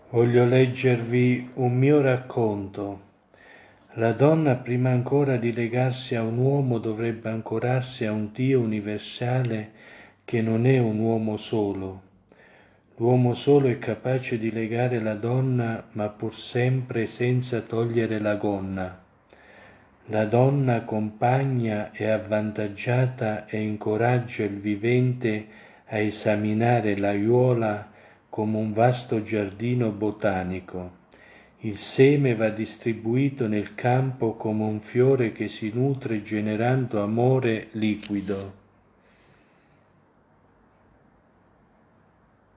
Voglio leggervi un mio racconto. La donna, prima ancora di legarsi a un uomo, dovrebbe ancorarsi a un Dio universale che non è un uomo solo. L'uomo solo è capace di legare la donna, ma pur sempre senza togliere la gonna. La donna accompagna e avvantaggiata e incoraggia il vivente a esaminare l'aiuola come un vasto giardino botanico. Il seme va distribuito nel campo come un fiore che si nutre generando amore liquido.